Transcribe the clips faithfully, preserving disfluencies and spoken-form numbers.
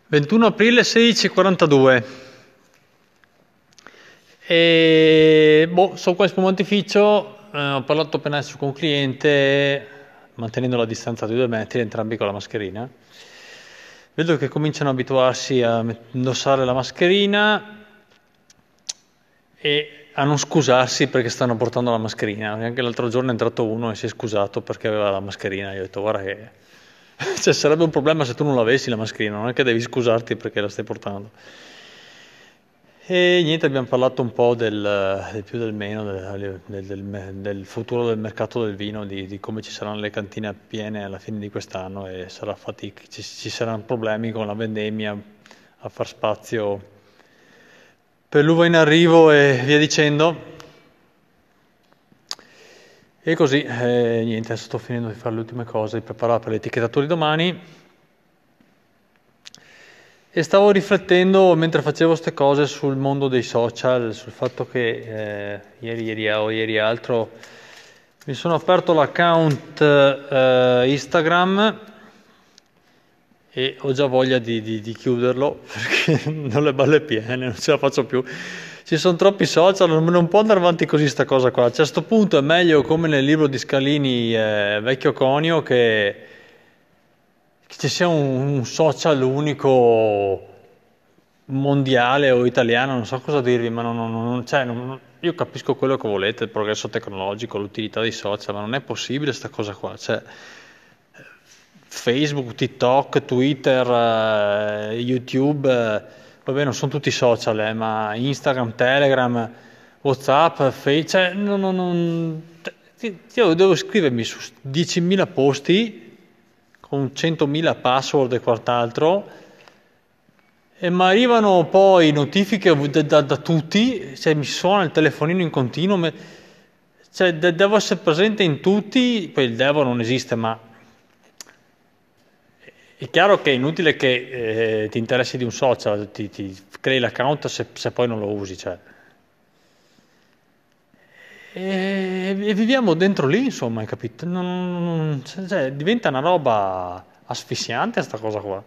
ventuno aprile sedici e quarantadue. E boh, sono qua in spumantificio, eh, ho parlato appena adesso con un cliente, mantenendo la distanza di due metri, entrambi con la mascherina. Vedo che cominciano a abituarsi a met- indossare la mascherina e a non scusarsi perché stanno portando la mascherina. Anche l'altro giorno è entrato uno e si è scusato perché aveva la mascherina. Io ho detto, guarda che cioè, sarebbe un problema se tu non l'avessi la mascherina, non è che devi scusarti perché la stai portando. E niente, abbiamo parlato un po' del, del più del meno, del, del- del- del futuro del mercato del vino, di, di come ci saranno le cantine piene alla fine di quest'anno e sarà fatica, ci, ci saranno problemi con la vendemmia a far spazio per l'uva in arrivo e via dicendo. E così, eh, niente, adesso sto finendo di fare le ultime cose, di preparare per l'etichettatura di domani. E stavo riflettendo mentre facevo queste cose sul mondo dei social, sul fatto che eh, ieri, ieri o ieri altro mi sono aperto l'account eh, Instagram e ho già voglia di, di- di chiuderlo perché non le balle piene, non ce la faccio più. Ci sono troppi social, non, non può andare avanti così sta cosa qua. Cioè, a questo punto è meglio come nel libro di Scalini, eh, Vecchio Conio, che, che ci sia un, un social unico mondiale o italiano, non so cosa dirvi, ma non, non- non- cioè, non- io capisco quello che volete, il progresso tecnologico, l'utilità dei social, ma non è possibile sta cosa qua. Cioè, Facebook, TikTok, Twitter, eh, YouTube, eh, vabbè, non sono tutti social, eh, ma Instagram, Telegram, WhatsApp, Facebook, cioè, non, non- non- ti- io devo scrivermi su diecimila posti con centomila password e quant'altro, e mi arrivano poi notifiche da, da- da tutti, cioè mi suona il telefonino in continuo, me- cioè de- devo essere presente in tutti, poi il devo non esiste, ma è chiaro che è inutile che eh, ti interessi di un social, ti, ti crei l'account se, se poi non lo usi, cioè. E, e viviamo dentro lì, insomma, hai capito? Non- non- cioè, cioè, diventa una roba asfissiante sta cosa qua.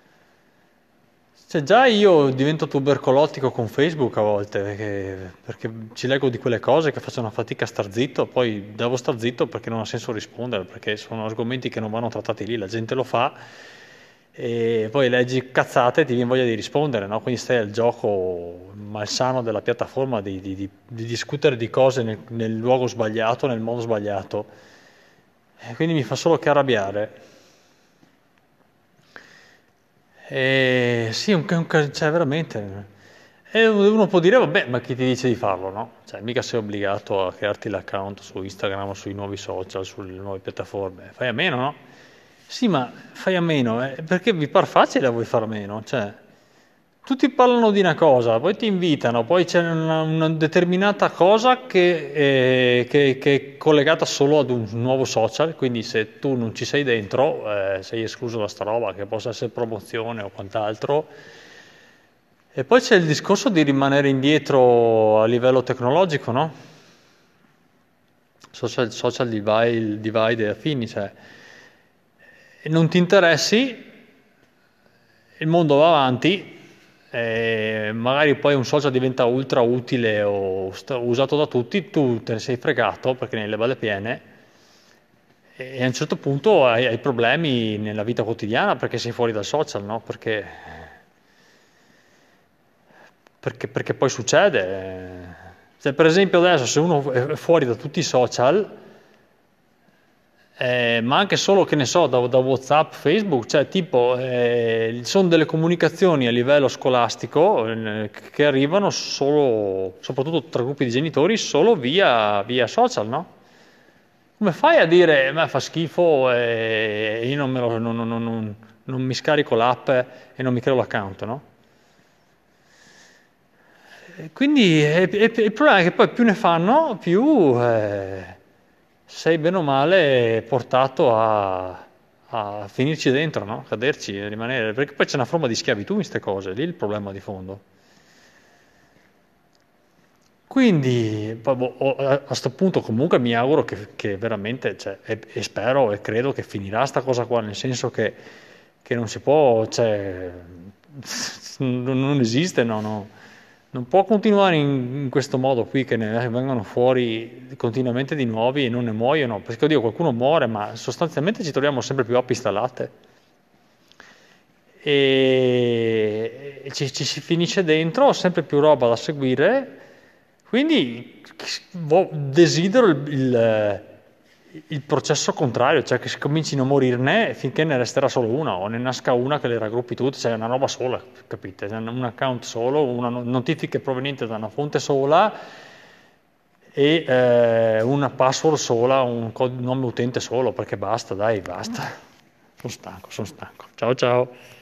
Cioè, già io divento tubercolotico con Facebook a volte, perché, perché ci leggo di quelle cose che faccio una fatica a star zitto, poi devo star zitto perché non ha senso rispondere, perché sono argomenti che non vanno trattati lì, la gente lo fa e poi leggi cazzate e ti viene voglia di rispondere, no? Quindi stai al gioco malsano della piattaforma di, di- di- di discutere di cose nel, nel luogo sbagliato, nel modo sbagliato. E quindi mi fa solo che arrabbiare. E sì, un, un, cioè veramente. E uno può dire, vabbè, ma chi ti dice di farlo, no? Cioè, mica sei obbligato a crearti l'account su Instagram o sui nuovi social, sulle nuove piattaforme. Fai a meno, no? Sì, ma fai a meno, eh, perché vi par facile a voi far a meno? Cioè, tutti parlano di una cosa, poi ti invitano, poi c'è una, una determinata cosa che, eh, che- che è collegata solo ad un nuovo social, quindi se tu non ci sei dentro, eh, sei escluso da sta roba, che possa essere promozione o quant'altro. E poi c'è il discorso di rimanere indietro a livello tecnologico, no? Social, social divide, divide e affini, cioè, e non ti interessi, il mondo va avanti, eh, magari poi un social diventa ultra utile o sta- usato da tutti, tu te ne sei fregato perché ne hai le balle piene e a un certo punto hai, hai problemi nella vita quotidiana perché sei fuori dal social, no? Perché, perché, perché poi succede. Se per esempio adesso se uno è fuori da tutti i social, Eh, ma anche solo, che ne so, da, da WhatsApp, Facebook, cioè tipo, eh, sono delle comunicazioni a livello scolastico eh, che arrivano solo, soprattutto tra gruppi di genitori, solo via, via social, no? Come fai a dire, a me fa schifo e io non, me lo- non- non- non- non mi scarico l'app e non mi creo l'account, no? E quindi e- e- il problema è che poi più ne fanno, più eh, sei bene o male portato a, a finirci dentro, no? Caderci, a rimanere, perché poi c'è una forma di schiavitù in queste cose, lì è il problema di fondo. Quindi, poi, boh, o- a questo punto comunque mi auguro che, che veramente, cioè, e, e spero e credo che finirà sta cosa qua, nel senso che che non si può, cioè, non esiste, no, no. Non può continuare in, in questo modo qui, che ne vengono fuori continuamente di nuovi e non ne muoiono, perché oddio, qualcuno muore, ma sostanzialmente ci troviamo sempre più api installate. E, e ci, ci si finisce dentro, sempre più roba da seguire, quindi desidero il, il il processo contrario, cioè che si comincino a morirne finché ne resterà solo una, o ne nasca una che le raggruppi tutte, cioè una roba sola, capite? Un account solo, una notifica proveniente da una fonte sola e eh, una password sola, un nome utente solo, perché basta, dai, basta. Sono stanco, sono stanco. Ciao ciao.